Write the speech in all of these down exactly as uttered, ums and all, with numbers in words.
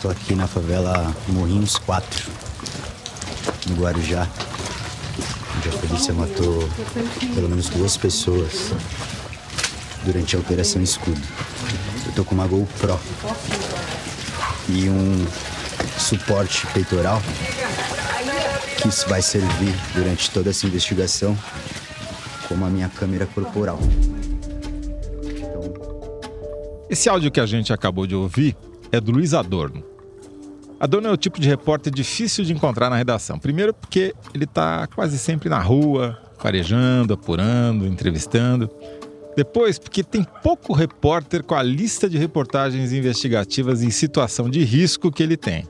Tô aqui na favela Morrinhos quatro, no Guarujá, onde a polícia matou pelo menos duas pessoas durante a Operação Escudo. Eu tô com uma GoPro e um suporte peitoral que vai servir durante toda essa investigação como a minha câmera corporal. Então... Esse áudio que a gente acabou de ouvir é do Luiz Adorno. Adorno é o tipo de repórter difícil de encontrar na redação. Primeiro porque ele está quase sempre na rua, farejando, apurando, entrevistando. Depois porque tem pouco repórter com a lista de reportagens investigativas em situação de risco que ele tem.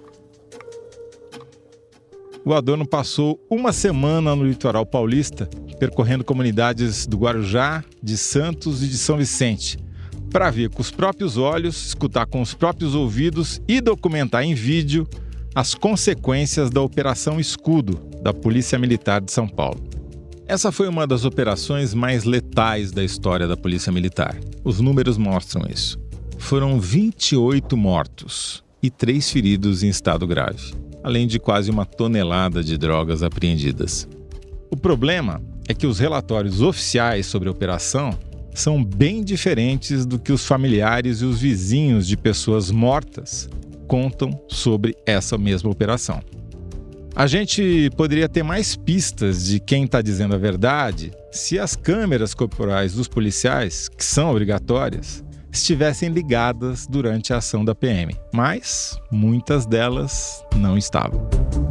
O Adorno passou uma semana no litoral paulista, percorrendo comunidades do Guarujá, de Santos e de São Vicente, para ver com os próprios olhos, escutar com os próprios ouvidos e documentar em vídeo as consequências da Operação Escudo, da Polícia Militar de São Paulo. Essa foi uma das operações mais letais da história da Polícia Militar. Os números mostram isso. Foram vinte e oito mortos e três feridos em estado grave, além de quase uma tonelada de drogas apreendidas. O problema é que os relatórios oficiais sobre a operação são bem diferentes do que os familiares e os vizinhos de pessoas mortas contam sobre essa mesma operação. A gente poderia ter mais pistas de quem está dizendo a verdade se as câmeras corporais dos policiais, que são obrigatórias, estivessem ligadas durante a ação da P M, mas muitas delas não estavam.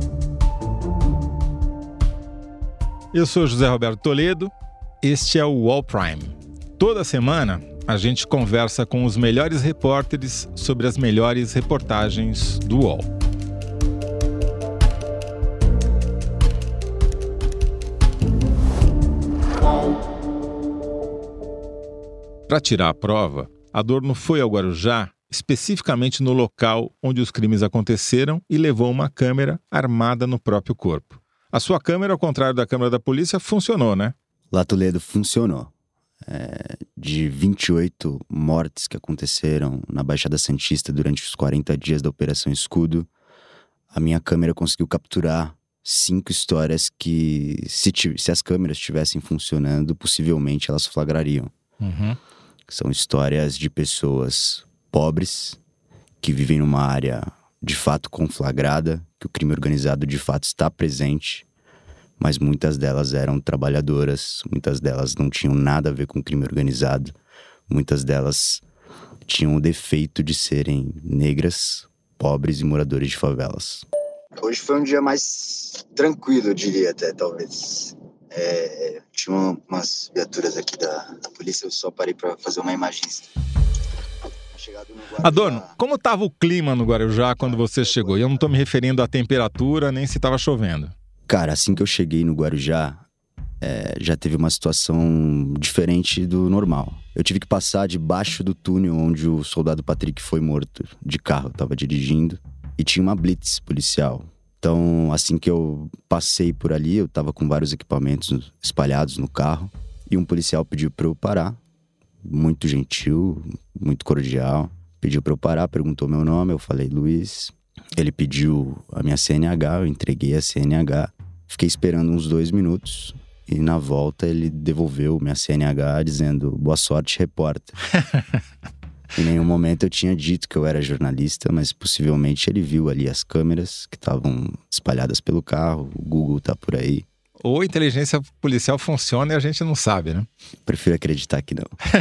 Eu sou José Roberto Toledo, este é o U O L Prime. Toda semana a gente conversa com os melhores repórteres sobre as melhores reportagens do U O L. Para tirar a prova, Adorno foi ao Guarujá, especificamente no local onde os crimes aconteceram, e levou uma câmera armada no próprio corpo. A sua câmera, ao contrário da câmera da polícia, funcionou, né? Lá, Toledo, funcionou. É, de vinte e oito mortes que aconteceram na Baixada Santista durante os quarenta dias da Operação Escudo, a minha câmera conseguiu capturar cinco histórias que, se, se as câmeras estivessem funcionando, possivelmente elas flagrariam. Uhum. São histórias de pessoas pobres que vivem numa área de fato conflagrada, que o crime organizado de fato está presente, mas muitas delas eram trabalhadoras, muitas delas não tinham nada a ver com o crime organizado, muitas delas tinham o defeito de serem negras, pobres e moradores de favelas. Hoje foi um dia mais tranquilo, eu diria até, talvez. É, tinha umas viaturas aqui da, da polícia, eu só parei para fazer uma imagem. Adorno, como estava o clima no Guarujá quando você chegou? E eu não estou me referindo à temperatura, nem se estava chovendo. Cara, assim que eu cheguei no Guarujá, é, já teve uma situação diferente do normal. Eu tive que passar debaixo do túnel onde o soldado Patrick foi morto de carro. Eu tava dirigindo e tinha uma blitz policial. Então, assim que eu passei por ali, eu tava com vários equipamentos espalhados no carro. E um policial pediu pra eu parar. Muito gentil, muito cordial. Pediu pra eu parar, perguntou meu nome, eu falei Luiz. Ele pediu a minha C N H, eu entreguei a C N H. Fiquei esperando uns dois minutos. E na volta ele devolveu minha C N H dizendo, boa sorte, repórter. Em nenhum momento eu tinha dito que eu era jornalista, mas possivelmente ele viu ali as câmeras que estavam espalhadas pelo carro, o Google tá por aí. Ou a inteligência policial funciona e a gente não sabe, né? Prefiro acreditar que não.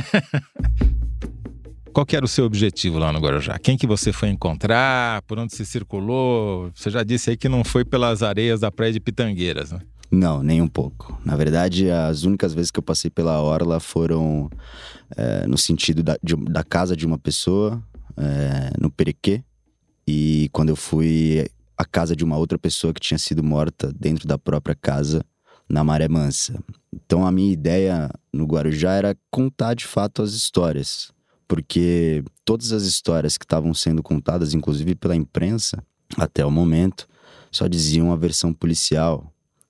Qual que era o seu objetivo lá no Guarujá? Quem que você foi encontrar? Por onde você circulou? Você já disse aí que não foi pelas areias da praia de Pitangueiras, né? Não, nem um pouco. Na verdade, as únicas vezes que eu passei pela orla foram é, no sentido da, de, da casa de uma pessoa, é, no Perequê. E quando eu fui à casa de uma outra pessoa que tinha sido morta dentro da própria casa, na Maré Mansa. Então a minha ideia no Guarujá era contar de fato as histórias. Porque todas as histórias que estavam sendo contadas, inclusive pela imprensa, até o momento, só diziam a versão policial.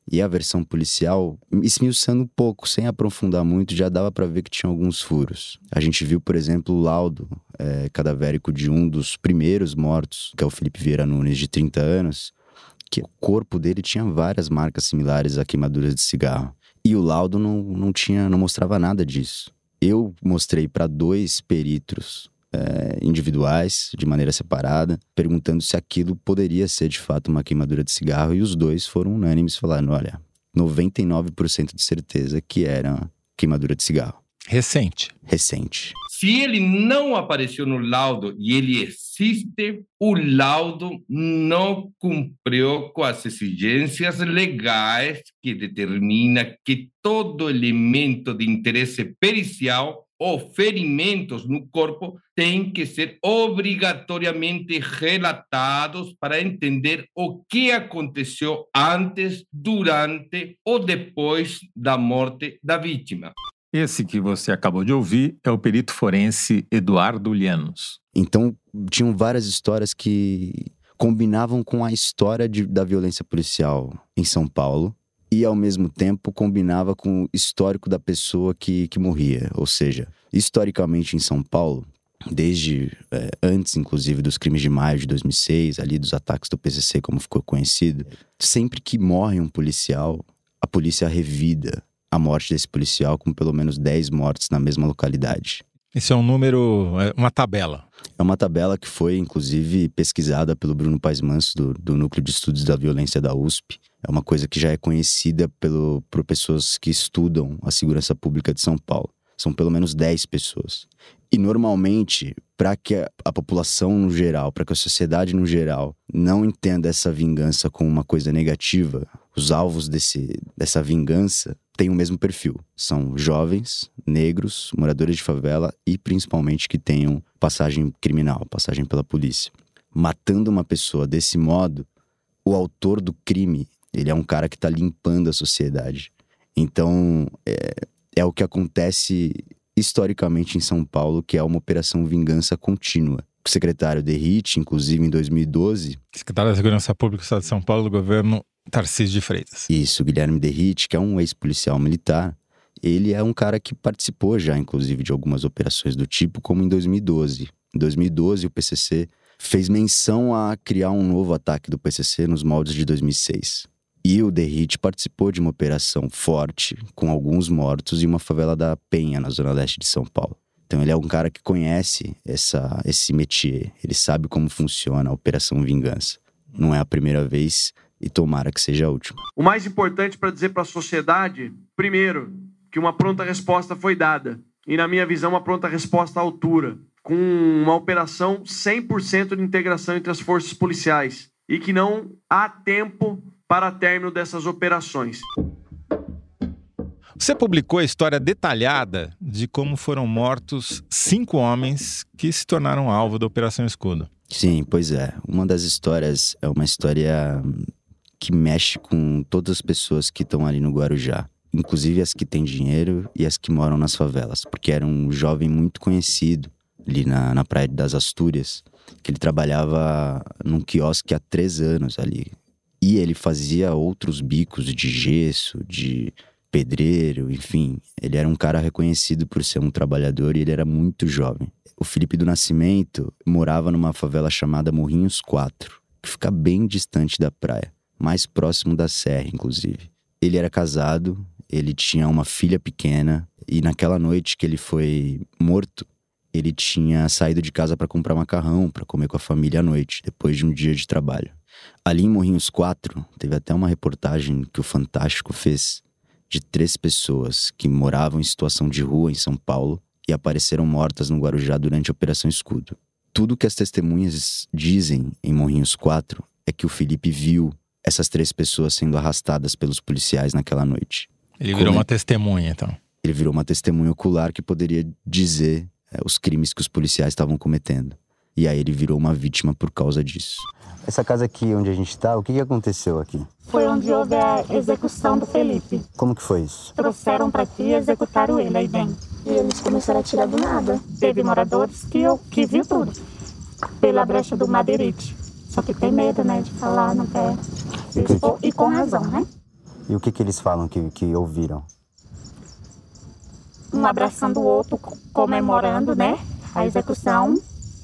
E a versão policial, esmiuçando um pouco, sem aprofundar muito, já dava para ver que tinha alguns furos. A gente viu, por exemplo, o laudo é, cadavérico de um dos primeiros mortos, que é o Felipe Vieira Nunes, de trinta anos, que o corpo dele tinha várias marcas similares a queimaduras de cigarro. E o laudo não, não, tinha, não mostrava nada disso. Eu mostrei para dois peritos é, individuais, de maneira separada, perguntando se aquilo poderia ser de fato uma queimadura de cigarro, e os dois foram unânimes, falando, olha, noventa e nove por cento de certeza que era queimadura de cigarro. Recente. Recente. Se ele não apareceu no laudo e ele existe, o laudo não cumpriu com as exigências legais que determina que todo elemento de interesse pericial ou ferimentos no corpo têm que ser obrigatoriamente relatados para entender o que aconteceu antes, durante ou depois da morte da vítima. Esse que você acabou de ouvir é o perito forense Eduardo Llanos. Então, tinham várias histórias que combinavam com a história de, da violência policial em São Paulo e, ao mesmo tempo, combinava com o histórico da pessoa que, que morria. Ou seja, historicamente em São Paulo, desde é, antes, inclusive, dos crimes de maio de dois mil e seis, ali dos ataques do P C C, como ficou conhecido, sempre que morre um policial, a polícia revida a morte desse policial com pelo menos dez mortes na mesma localidade. Isso é um número, é uma tabela. É uma tabela que foi, inclusive, pesquisada pelo Bruno Paes Manso, do, do Núcleo de Estudos da Violência da U S P. É uma coisa que já é conhecida pelo, por pessoas que estudam a segurança pública de São Paulo. São pelo menos dez pessoas. E, normalmente, para que a, a população no geral, para que a sociedade no geral não entenda essa vingança como uma coisa negativa, os alvos desse, dessa vingança têm o mesmo perfil. São jovens, negros, moradores de favela e, principalmente, que tenham passagem criminal, passagem pela polícia. Matando uma pessoa desse modo, o autor do crime, ele é um cara que está limpando a sociedade. Então, é, é o que acontece historicamente em São Paulo, que é uma operação vingança contínua. O secretário Derrite, inclusive em dois mil e doze... Secretário da Segurança Pública do Estado de São Paulo, do governo Tarcísio de Freitas. Isso, Guilherme Derrite, que é um ex-policial militar. Ele é um cara que participou já, inclusive, de algumas operações do tipo, como em dois mil e doze. Em dois mil e doze, o P C C fez menção a criar um novo ataque do P C C nos moldes de dois mil e seis. E o Derrite participou de uma operação forte, com alguns mortos, em uma favela da Penha, na zona leste de São Paulo. Então ele é um cara que conhece essa, esse métier, ele sabe como funciona a Operação Vingança. Não é a primeira vez e tomara que seja a última. O mais importante para dizer para a sociedade, primeiro, que uma pronta resposta foi dada. E na minha visão, uma pronta resposta à altura, com uma operação cem por cento de integração entre as forças policiais. E que não há tempo para término dessas operações. Você publicou a história detalhada de como foram mortos cinco homens que se tornaram alvo da Operação Escudo. Sim, pois é. Uma das histórias é uma história que mexe com todas as pessoas que estão ali no Guarujá. Inclusive as que têm dinheiro e as que moram nas favelas. Porque era um jovem muito conhecido ali na, na Praia das Astúrias, que ele trabalhava num quiosque há três anos ali. E ele fazia outros bicos de gesso, de pedreiro, enfim. Ele era um cara reconhecido por ser um trabalhador e ele era muito jovem. O Felipe do Nascimento morava numa favela chamada Morrinhos quatro, que fica bem distante da praia, mais próximo da serra, inclusive. Ele era casado, ele tinha uma filha pequena e naquela noite que ele foi morto, ele tinha saído de casa para comprar macarrão, para comer com a família à noite, depois de um dia de trabalho. Ali em Morrinhos quatro, teve até uma reportagem que o Fantástico fez de três pessoas que moravam em situação de rua em São Paulo e apareceram mortas no Guarujá durante a Operação Escudo. Tudo que as testemunhas dizem em Morrinhos quatro é que o Felipe viu essas três pessoas sendo arrastadas pelos policiais naquela noite. Ele virou Como... uma testemunha, então. Ele virou uma testemunha ocular que poderia dizer é, os crimes que os policiais estavam cometendo. E aí ele virou uma vítima por causa disso. Essa casa aqui onde a gente está, o que aconteceu aqui? Foi onde houve a execução do Felipe. Como que foi isso? Trouxeram para aqui e executaram ele aí dentro. E eles começaram a tirar do nada. Teve moradores que, que viu tudo, pela brecha do Madeirite. Só que tem medo, né, de falar, não quer. E, e com razão, né? E o que, que eles falam que, que ouviram? Um abraçando o outro, comemorando, né, a execução.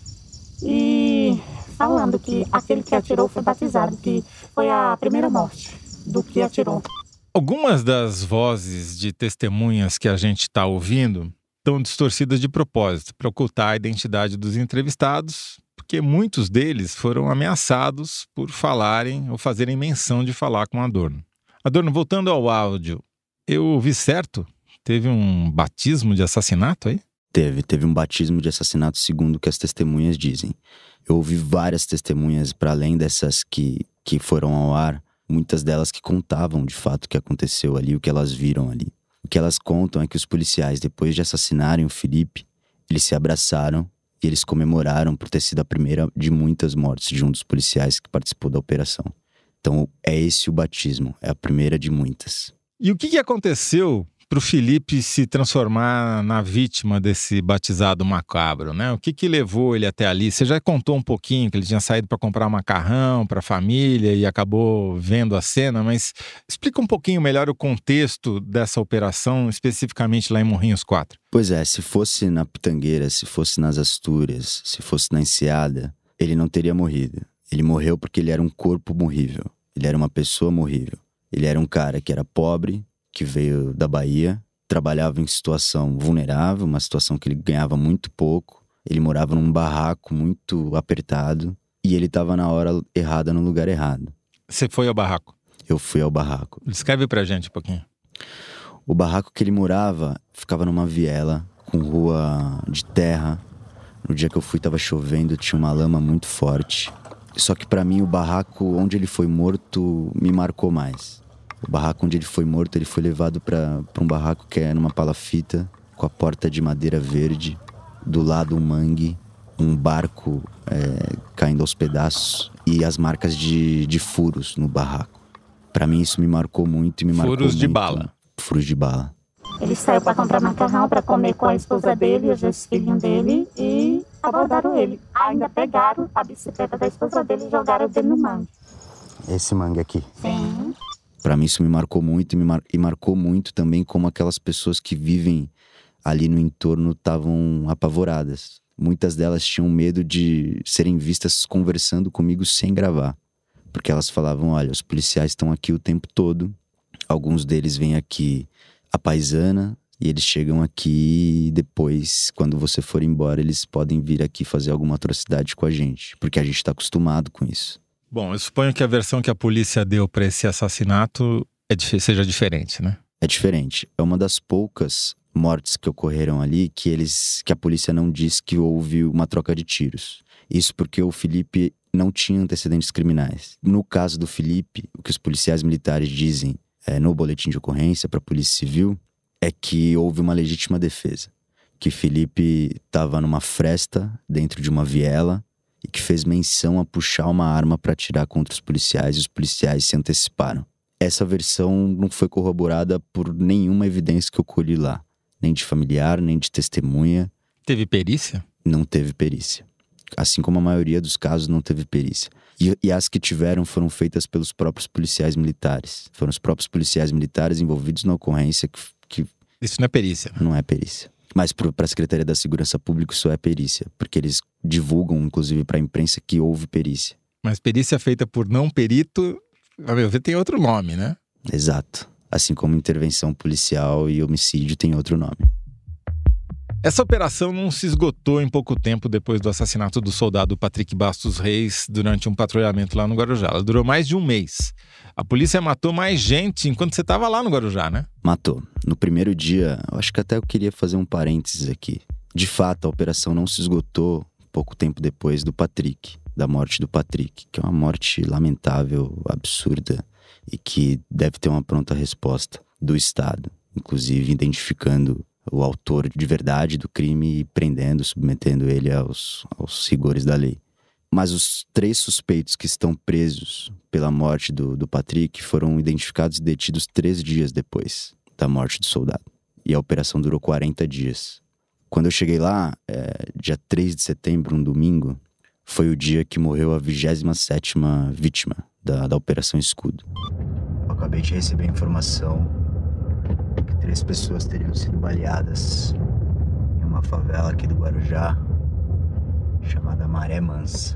E falando que aquele que atirou foi batizado, que foi a primeira morte do que atirou. Algumas das vozes de testemunhas que a gente está ouvindo estão distorcidas de propósito para ocultar a identidade dos entrevistados, porque muitos deles foram ameaçados por falarem ou fazerem menção de falar com Adorno. Adorno, voltando ao áudio, eu ouvi certo? Teve um batismo de assassinato aí? Teve, teve um batismo de assassinato segundo o que as testemunhas dizem. Eu ouvi várias testemunhas, para além dessas que, que foram ao ar, muitas delas que contavam de fato o que aconteceu ali, o que elas viram ali. O que elas contam é que os policiais, depois de assassinarem o Felipe, eles se abraçaram e eles comemoraram por ter sido a primeira de muitas mortes de um dos policiais que participou da operação. Então é esse o batismo, é a primeira de muitas. E o que, que aconteceu para o Felipe se transformar na vítima desse batizado macabro, né? O que que levou ele até ali? Você já contou um pouquinho que ele tinha saído para comprar macarrão para a família e acabou vendo a cena, mas explica um pouquinho melhor o contexto dessa operação, especificamente lá em Morrinhos quatro. Pois é, se fosse na Pitangueira, se fosse nas Astúrias, se fosse na Enseada, ele não teria morrido. Ele morreu porque ele era um corpo morrível. Ele era uma pessoa morrível. Ele era um cara que era pobre, que veio da Bahia, trabalhava em situação vulnerável, uma situação que ele ganhava muito pouco. Ele morava num barraco muito apertado e ele estava na hora errada, no lugar errado. Você foi ao barraco? Eu fui ao barraco. Descreve pra gente um pouquinho. O barraco que ele morava ficava numa viela, com rua de terra. No dia que eu fui, tava chovendo, tinha uma lama muito forte. Só que pra mim, o barraco onde ele foi morto me marcou mais. O barraco onde ele foi morto, ele foi levado para um barraco que é numa palafita, com a porta de madeira verde, do lado um mangue, um barco é, caindo aos pedaços e as marcas de, de furos no barraco. Para mim isso me marcou muito e me marcou Furos muito. de bala. Furos de bala. Ele saiu para comprar macarrão para comer com a esposa dele e os dois filhinhos dele e abordaram ele. Ainda pegaram a bicicleta da esposa dele e jogaram dele no mangue. Esse mangue aqui? Sim. Para mim isso me marcou muito e, me mar... e marcou muito também como aquelas pessoas que vivem ali no entorno estavam apavoradas. Muitas delas tinham medo de serem vistas conversando comigo sem gravar. Porque elas falavam, olha, os policiais estão aqui o tempo todo. Alguns deles vêm aqui à paisana e eles chegam aqui e depois, quando você for embora, eles podem vir aqui fazer alguma atrocidade com a gente. Porque a gente está acostumado com isso. Bom, eu suponho que a versão que a polícia deu para esse assassinato é, seja diferente, né? É diferente. É uma das poucas mortes que ocorreram ali que, eles, que a polícia não diz que houve uma troca de tiros. Isso porque o Felipe não tinha antecedentes criminais. No caso do Felipe, o que os policiais militares dizem é, no boletim de ocorrência para a Polícia Civil é que houve uma legítima defesa. Que Felipe estava numa fresta dentro de uma viela e que fez menção a puxar uma arma para atirar contra os policiais e os policiais se anteciparam. Essa versão não foi corroborada por nenhuma evidência que eu colhi lá. Nem de familiar, nem de testemunha. Teve perícia? Não teve perícia. Assim como a maioria dos casos não teve perícia. E, e as que tiveram foram feitas pelos próprios policiais militares. Foram os próprios policiais militares envolvidos na ocorrência que... que Isso não é perícia, né? Não é perícia. Mas para a Secretaria da Segurança Pública isso é perícia. Porque eles divulgam, inclusive, para a imprensa que houve perícia. Mas perícia feita por não perito, a meu ver, tem outro nome, né? Exato. Assim como intervenção policial e homicídio tem outro nome. Essa operação não se esgotou em pouco tempo depois do assassinato do soldado Patrick Bastos Reis durante um patrulhamento lá no Guarujá. Ela durou mais de um mês. A polícia matou mais gente enquanto você estava lá no Guarujá, né? Matou. No primeiro dia, eu acho que até eu queria fazer um parênteses aqui. De fato, a operação não se esgotou pouco tempo depois do Patrick, da morte do Patrick, que é uma morte lamentável, absurda e que deve ter uma pronta resposta do Estado, inclusive identificando o autor de verdade do crime e prendendo, submetendo ele aos, aos rigores da lei. Mas os três suspeitos que estão presos pela morte do, do Patrick foram identificados e detidos três dias depois da morte do soldado. E a operação durou quarenta dias. Quando eu cheguei lá, é, dia três de setembro, um domingo, foi o dia que morreu a vigésima sétima vítima da, da Operação Escudo. acabei de receber a informação que três pessoas teriam sido baleadas em uma favela aqui do Guarujá chamada Maré Mansa.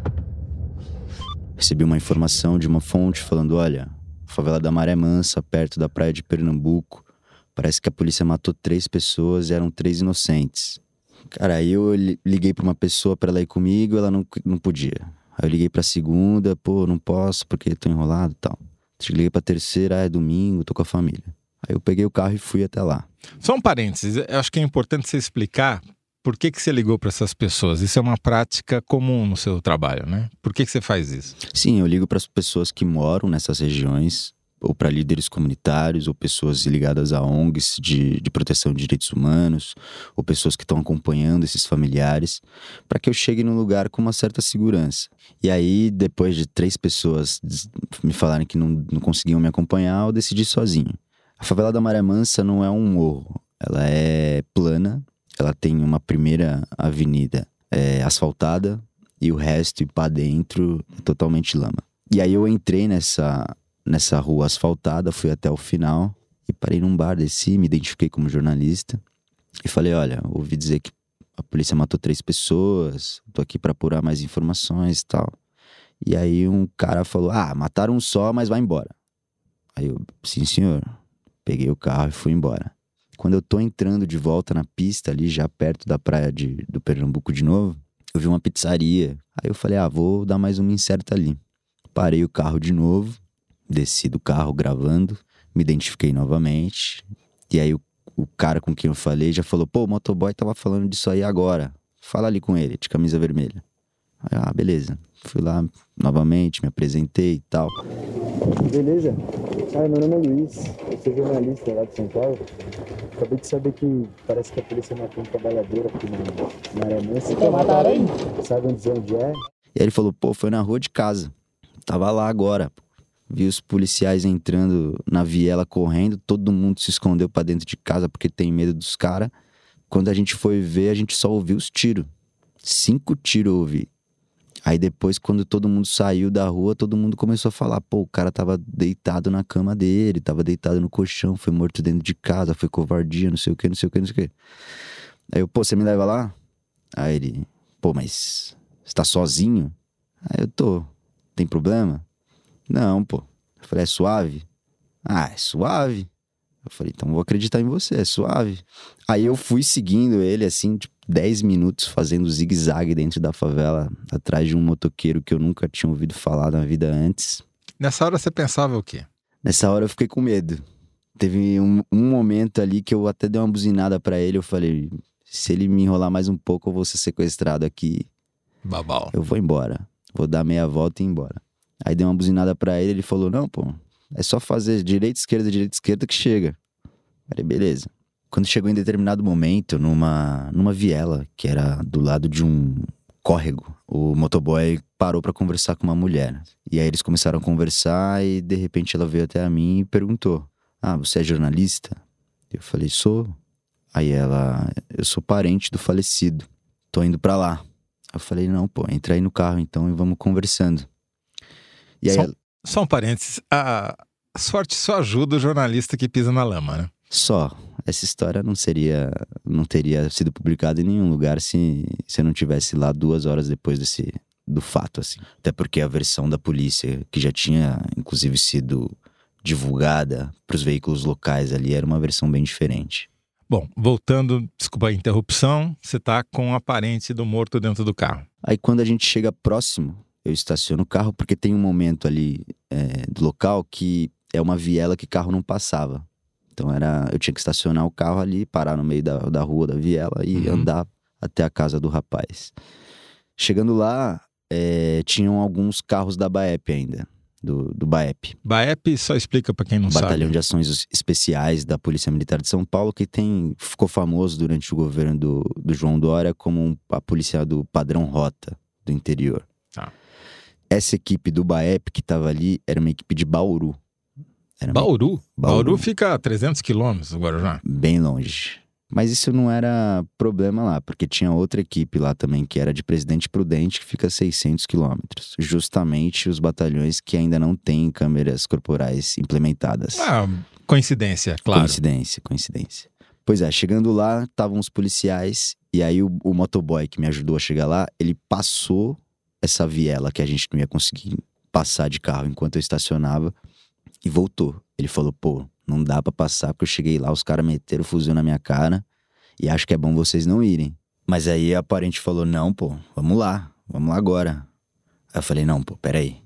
Recebi uma informação de uma fonte falando, olha, a favela da Maré Mansa, perto da praia de Pernambuco, parece que a polícia matou três pessoas e eram três inocentes. Cara, aí eu liguei pra uma pessoa pra ela ir comigo, ela não, não podia. Aí eu liguei pra segunda, pô, não posso porque tô enrolado e tal. Liguei pra terceira, ah, é domingo, tô com a família. Aí eu peguei o carro e fui até lá. Só um parênteses, eu acho que é importante você explicar por que que você ligou para essas pessoas. Isso é uma prática comum no seu trabalho, né? Por que que você faz isso? Sim, eu ligo para as pessoas que moram nessas regiões, ou para líderes comunitários, ou pessoas ligadas a O N Gs de, de proteção de direitos humanos, ou pessoas que estão acompanhando esses familiares, para que eu chegue num lugar com uma certa segurança. E aí, depois de três pessoas me falarem que não, não conseguiam me acompanhar, eu decidi sozinho. A favela da Maré Mansa não é um morro, ela é plana, ela tem uma primeira avenida é, asfaltada e o resto, e para dentro, é totalmente lama. E aí eu entrei nessa... nessa rua asfaltada, fui até o final e parei num bar, desci, me identifiquei como jornalista e falei, olha, ouvi dizer que a polícia matou três pessoas, tô aqui pra apurar mais informações e tal. E aí um cara falou, ah, mataram um só, mas vai embora. Aí eu, sim senhor, peguei o carro e fui embora. Quando eu tô entrando de volta na pista ali, já perto da praia de, do Pernambuco de novo, eu vi uma pizzaria. Aí eu falei, ah, vou dar mais uma incerta ali. Parei o carro de novo, desci do carro gravando, me identifiquei novamente. E aí o, o cara com quem eu falei já falou, pô, o motoboy tava falando disso aí agora. Fala ali com ele, de camisa vermelha. Aí, ah, beleza. Fui lá novamente, me apresentei e tal. Beleza? Ah, meu nome é Luiz, eu sou jornalista lá de São Paulo. Acabei de saber que parece que a polícia matou um trabalhador aqui na Maré Mansa. Você mataram aí? Sabe onde é? E aí ele falou, pô, foi na rua de casa. Tava lá agora. Vi os policiais entrando na viela correndo, todo mundo se escondeu pra dentro de casa porque tem medo dos caras. Quando a gente foi ver, a gente só ouviu os tiros. Cinco tiros eu ouvi. Aí depois, quando todo mundo saiu da rua, todo mundo começou a falar, pô, o cara tava deitado na cama dele, tava deitado no colchão, foi morto dentro de casa, foi covardia, não sei o que, não sei o que, não sei o que. Aí eu, pô, você me leva lá? Aí ele, pô, mas você tá sozinho? Aí eu tô, tem problema? Não, pô. Eu falei, é suave? Ah, é suave. Eu falei, então vou acreditar em você, é suave. Aí eu fui seguindo ele, assim, tipo, dez minutos fazendo zigue-zague dentro da favela, atrás de um motoqueiro que eu nunca tinha ouvido falar na vida antes. Nessa hora você pensava o quê? Nessa hora eu fiquei com medo. Teve um, um momento ali que eu até dei uma buzinada pra ele, eu falei, se ele me enrolar mais um pouco, eu vou ser sequestrado aqui. Babau. Eu vou embora. Vou dar meia volta e ir embora. Aí dei uma buzinada pra ele, ele falou, não, pô, é só fazer direita, esquerda, direita, esquerda que chega. Falei, beleza. Quando chegou em determinado momento, numa, numa viela, que era do lado de um córrego, o motoboy parou pra conversar com uma mulher. E aí eles começaram a conversar e de repente ela veio até a mim e perguntou, ah, você é jornalista? Eu falei, sou. Aí ela, eu sou parente do falecido, tô indo pra lá. Eu falei, não, pô, entra aí no carro então e vamos conversando. E aí só, ela... só um parênteses, a sorte só ajuda o jornalista que pisa na lama, né? Só. Essa história não seria, não teria sido publicada em nenhum lugar se, se eu não tivesse lá duas horas depois desse, do fato, assim. Até porque a versão da polícia, que já tinha, inclusive, sido divulgada para os veículos locais ali, era uma versão bem diferente. Bom, voltando, desculpa a interrupção, você tá com a parente do morto dentro do carro. Aí quando a gente chega próximo, eu estaciono o carro, porque tem um momento ali é, do local que é uma viela que carro não passava. Então era, eu tinha que estacionar o carro ali, parar no meio da, da rua da viela e uhum. andar até a casa do rapaz. Chegando lá, é, tinham alguns carros da BAEP ainda, do, do BAEP. BAEP, só explica para quem não Batalhão sabe. Batalhão de Ações Especiais da Polícia Militar de São Paulo, que tem, ficou famoso durante o governo do, do João Dória como um, a polícia do padrão rota do interior. Ah. Essa equipe do BAEP que estava ali era uma equipe de Bauru. Bauru? Bauru? Bauru fica a trezentos quilômetros do Guarujá. Bem longe. Mas isso não era problema lá, porque tinha outra equipe lá também, que era de Presidente Prudente, que fica a seiscentos quilômetros. Justamente os batalhões que ainda não têm câmeras corporais implementadas. Ah, coincidência, claro. Coincidência, coincidência. Pois é, chegando lá, estavam os policiais, e aí o, o motoboy que me ajudou a chegar lá, ele passou essa viela que a gente não ia conseguir passar de carro enquanto eu estacionava, e voltou. Ele falou, pô, não dá pra passar, porque eu cheguei lá, os caras meteram o fuzil na minha cara, e acho que é bom vocês não irem. Mas aí a parente falou, não, pô, vamos lá, vamos lá agora. Aí eu falei, não, pô, peraí.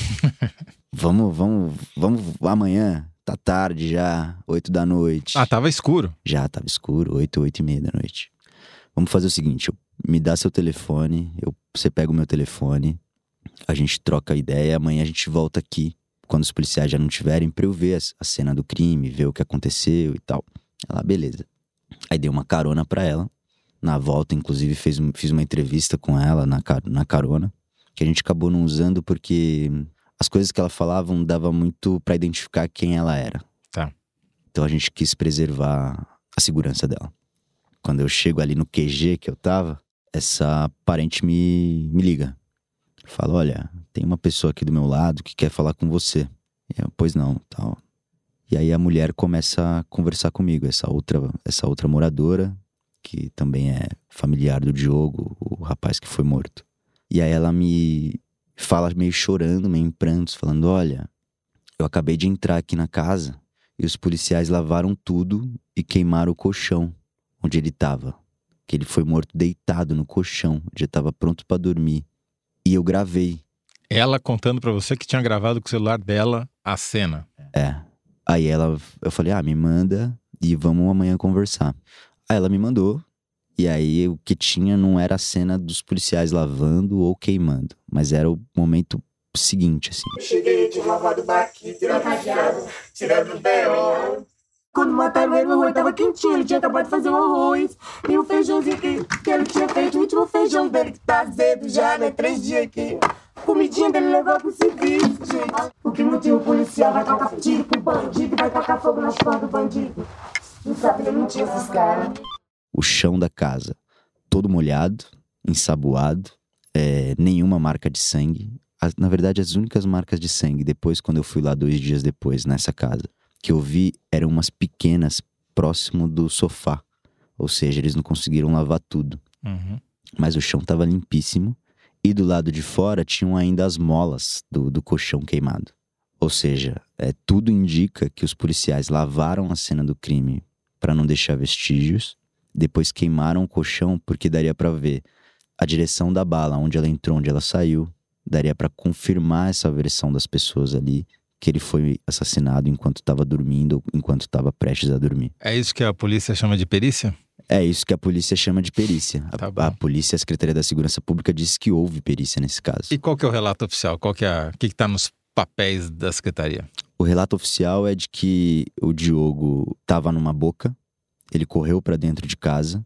vamos, vamos, vamos amanhã, tá tarde já, oito da noite. Ah, tava escuro? Já, tava escuro, oito, oito e meia da noite. Vamos fazer o seguinte, eu, me dá seu telefone, eu, você pega o meu telefone, a gente troca ideia, amanhã a gente volta aqui, quando os policiais já não tiverem, pra eu ver a, a cena do crime, ver o que aconteceu e tal. Ela, beleza. Aí dei uma carona pra ela. Na volta, inclusive, fez, fiz uma entrevista com ela na, na carona, que a gente acabou não usando porque as coisas que ela falava não dava muito pra identificar quem ela era. Tá. Então a gente quis preservar a segurança dela. Quando eu chego ali no Q G que eu tava, essa parente me, me liga. Fala, olha, tem uma pessoa aqui do meu lado que quer falar com você. Eu, pois não, tal. E aí a mulher começa a conversar comigo, essa outra, essa outra moradora, que também é familiar do Diogo, o rapaz que foi morto. E aí ela me fala meio chorando, meio em prantos, falando, olha, eu acabei de entrar aqui na casa e os policiais lavaram tudo e queimaram o colchão onde ele tava. Que ele foi morto deitado no colchão, já estava pronto pra dormir. E eu gravei. Ela contando pra você que tinha gravado com o celular dela a cena. É. Aí ela, eu falei, ah, me manda e vamos amanhã conversar. Aí ela me mandou. E aí o que tinha não era a cena dos policiais lavando ou queimando. Mas era o momento seguinte, assim. Eu cheguei, tinha lavado o barquinho, tirando a chave, tirando o B O. Quando mataram ele, o arroz tava quentinho, ele tinha acabado de fazer o arroz. E o feijãozinho que, que ele tinha feito, o último feijão dele que tá azedo já, né? Três dias aqui. Comidinha dele levou pro serviço, gente. O que motivo o policial vai tocar tiro pro bandido, vai tacar fogo nas costas do bandido. Não sabe, ele não tinha esses caras. O chão da casa, todo molhado, ensaboado, é, nenhuma marca de sangue. As, na verdade, as únicas marcas de sangue, depois, quando eu fui lá dois dias depois, nessa casa, que eu vi eram umas pequenas próximo do sofá. Ou seja, eles não conseguiram lavar tudo. Uhum. Mas o chão tava limpíssimo. E do lado de fora tinham ainda as molas do, do colchão queimado. Ou seja, é, tudo indica que os policiais lavaram a cena do crime para não deixar vestígios. Depois queimaram o colchão porque daria para ver a direção da bala, onde ela entrou, onde ela saiu. Daria para confirmar essa versão das pessoas ali, que ele foi assassinado enquanto estava dormindo ou enquanto estava prestes a dormir. É isso que a polícia chama de perícia? É isso que a polícia chama de perícia. Tá a, a polícia, a Secretaria da Segurança Pública disse que houve perícia nesse caso. E qual que é o relato oficial? Qual que é, o que está nos papéis da Secretaria? O relato oficial é de que o Diogo estava numa boca, ele correu para dentro de casa,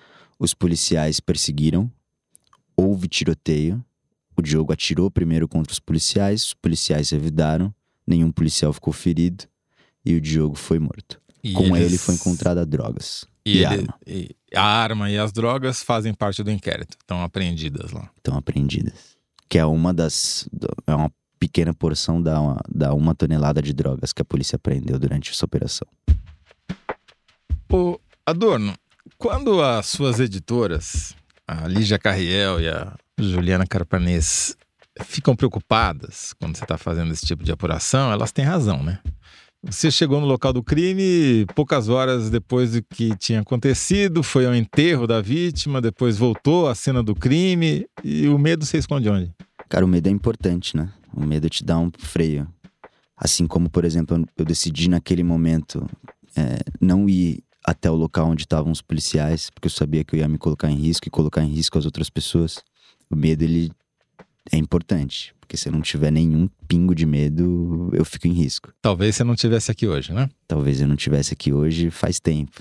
os policiais perseguiram, houve tiroteio, o Diogo atirou primeiro contra os policiais, os policiais revidaram, nenhum policial ficou ferido e o Diogo foi morto. E Com eles... ele foi encontrada drogas e, e, ele... arma. e a arma e as drogas fazem parte do inquérito, estão apreendidas lá. Estão apreendidas. Que é uma das... é uma pequena porção da uma, da uma tonelada de drogas que a polícia apreendeu durante essa operação. Ô, Adorno, quando as suas editoras, a Lígia Carriel e a Juliana Carpanês, ficam preocupadas quando você está fazendo esse tipo de apuração, elas têm razão, né? Você chegou no local do crime poucas horas depois do que tinha acontecido, foi ao enterro da vítima, depois voltou à cena do crime, e o medo você esconde onde? Cara, o medo é importante, né? O medo te dá um freio. Assim como, por exemplo, eu decidi naquele momento é, não ir até o local onde estavam os policiais, porque eu sabia que eu ia me colocar em risco e colocar em risco as outras pessoas. O medo, ele é importante, porque se eu não tiver nenhum pingo de medo, eu fico em risco. Talvez você não estivesse aqui hoje, né? Talvez eu não estivesse aqui hoje faz tempo.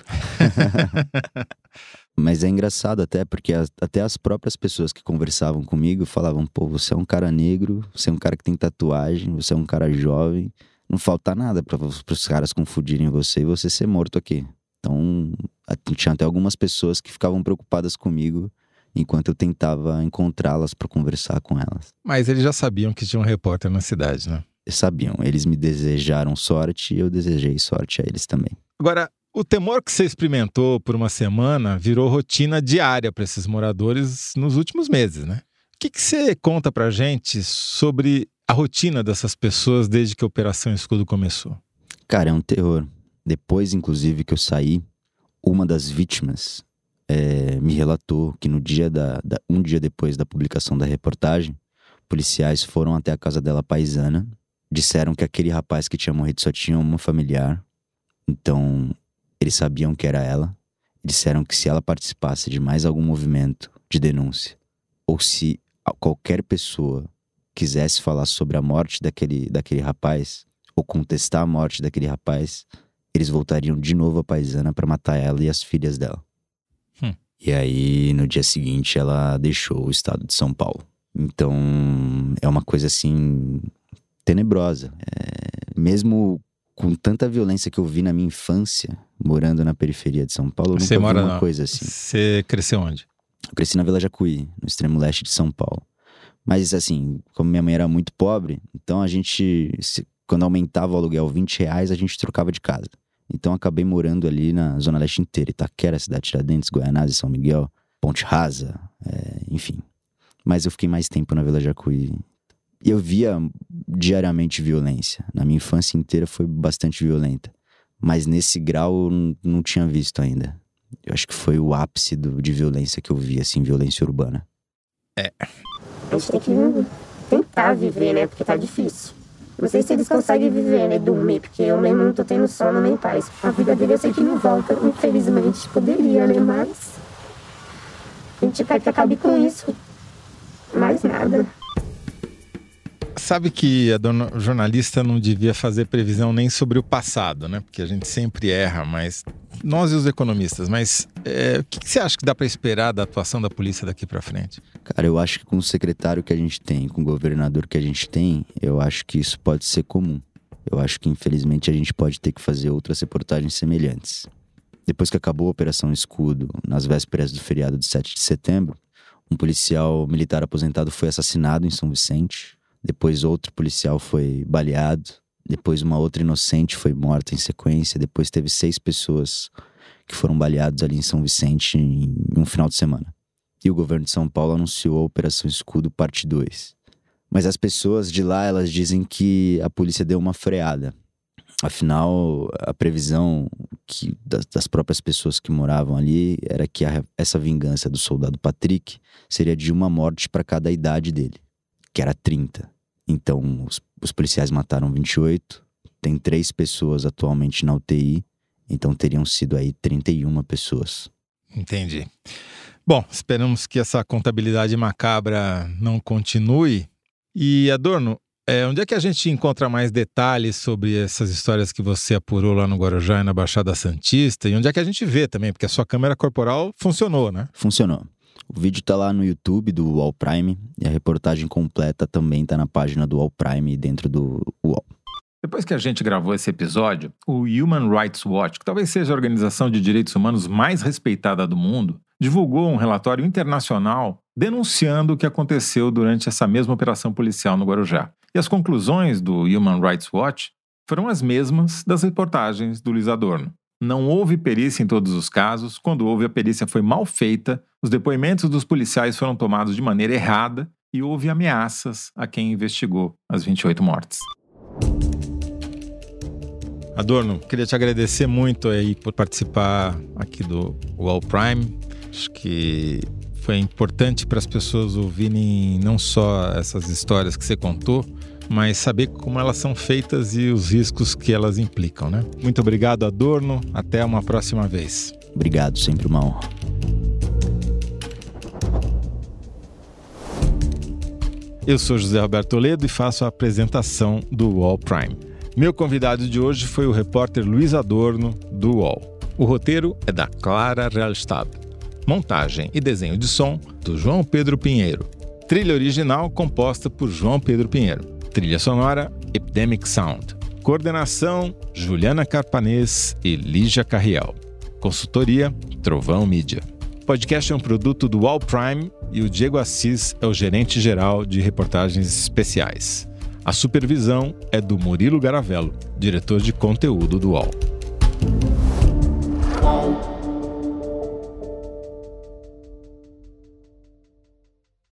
Mas é engraçado até, porque as, até as próprias pessoas que conversavam comigo falavam, pô, você é um cara negro, você é um cara que tem tatuagem, você é um cara jovem, não falta nada para os caras confundirem você e você ser morto aqui. Então, Tinha até algumas pessoas que ficavam preocupadas comigo enquanto eu tentava encontrá-las para conversar com elas. Mas eles já sabiam que tinha um repórter na cidade, né? Eles sabiam, eles me desejaram sorte e eu desejei sorte a eles também. Agora, o temor que você experimentou por uma semana virou rotina diária para esses moradores nos últimos meses, né? O que, que você conta pra gente sobre a rotina dessas pessoas desde que a Operação Escudo começou? Cara, é um terror. Depois, inclusive, que eu saí, uma das vítimas é, me relatou que no dia da, da, um dia depois da publicação da reportagem, policiais foram até a casa dela paisana, disseram que aquele rapaz que tinha morrido só tinha uma familiar, então eles sabiam que era ela, disseram que se ela participasse de mais algum movimento de denúncia, ou se qualquer pessoa quisesse falar sobre a morte daquele, daquele rapaz, ou contestar a morte daquele rapaz, eles voltariam de novo à paisana para matar ela e as filhas dela. Hum. E aí, no dia seguinte, ela deixou o estado de São Paulo. Então, é uma coisa assim, tenebrosa. É, mesmo com tanta violência que eu vi na minha infância, morando na periferia de São Paulo, eu Você nunca mora vi uma na... coisa assim. Você cresceu onde? Eu cresci na Vila Jacuí, no extremo leste de São Paulo. Mas assim, como minha mãe era muito pobre, então a gente, se, quando aumentava o aluguel vinte reais, a gente trocava de casa. Então acabei morando ali na Zona Leste inteira, Itaquera, Cidade Tiradentes, Guaianazes, São Miguel, Ponte Rasa, é, enfim. Mas eu fiquei mais tempo na Vila Jacuí. E eu via diariamente violência. Na minha infância inteira foi bastante violenta. Mas nesse grau eu não, não tinha visto ainda. Eu acho que foi o ápice do, de violência que eu vi, assim, violência urbana. É. A gente tem que tentar viver, né? Porque tá difícil. Não sei se eles conseguem viver, né? Dormir, porque eu mesmo não tô tendo sono nem paz. A vida dele eu sei que não volta, infelizmente. Poderia, né? Mas a gente quer que acabe com isso. Mais nada. Sabe que a dona jornalista não devia fazer previsão nem sobre o passado, né? Porque a gente sempre erra, mas nós e os economistas. Mas é, o que, que você acha que dá para esperar da atuação da polícia daqui para frente? Cara, eu acho que com o secretário que a gente tem, com o governador que a gente tem, eu acho que isso pode ser comum. Eu acho que infelizmente a gente pode ter que fazer outras reportagens semelhantes. Depois que acabou a Operação Escudo, nas vésperas do feriado de sete de setembro, um policial militar aposentado foi assassinado em São Vicente. Depois outro policial foi baleado. Depois uma outra inocente foi morta em sequência. Depois teve seis pessoas que foram baleadas ali em São Vicente em um final de semana. E o governo de São Paulo anunciou a Operação Escudo parte dois. Mas as pessoas de lá, elas dizem que a polícia deu uma freada. Afinal, a previsão que, das, das próprias pessoas que moravam ali era que a, essa vingança do soldado Patrick seria de uma morte para cada idade dele, que era trinta. Então, os, os policiais mataram vinte e oito, tem três pessoas atualmente na U T I, então teriam sido aí trinta e uma pessoas. Entendi. Bom, esperamos que essa contabilidade macabra não continue. E, Adorno, é, onde é que a gente encontra mais detalhes sobre essas histórias que você apurou lá no Guarujá e na Baixada Santista? E onde é que a gente vê também? Porque a sua câmera corporal funcionou, né? Funcionou. O vídeo tá lá no YouTube do U O L Prime e a reportagem completa também tá na página do U O L Prime dentro do U O L. Depois que a gente gravou esse episódio, o Human Rights Watch, que talvez seja a organização de direitos humanos mais respeitada do mundo, divulgou um relatório internacional denunciando o que aconteceu durante essa mesma operação policial no Guarujá. E as conclusões do Human Rights Watch foram as mesmas das reportagens do Luiz Adorno. Não houve perícia em todos os casos. Quando houve, a perícia foi mal feita, os depoimentos dos policiais foram tomados de maneira errada e houve ameaças a quem investigou as vinte e oito mortes. Adorno, queria te agradecer muito aí por participar aqui do U O L Prime. Acho que foi importante para as pessoas ouvirem não só essas histórias que você contou, mas saber como elas são feitas e os riscos que elas implicam, né? Muito obrigado, Adorno. Até uma próxima vez. Obrigado, sempre uma honra. Eu sou José Roberto Toledo e faço a apresentação do U O L Prime. Meu convidado de hoje foi o repórter Luiz Adorno, do U O L. O roteiro é da Clara Realstab. Montagem e desenho de som do João Pedro Pinheiro. Trilha original composta por João Pedro Pinheiro. Trilha sonora Epidemic Sound. Coordenação Juliana Carpanês e Lígia Carriel. Consultoria Trovão Mídia. O podcast é um produto do All Prime e o Diego Assis é o gerente-geral de reportagens especiais. A supervisão é do Murilo Garavello, diretor de conteúdo do U O L.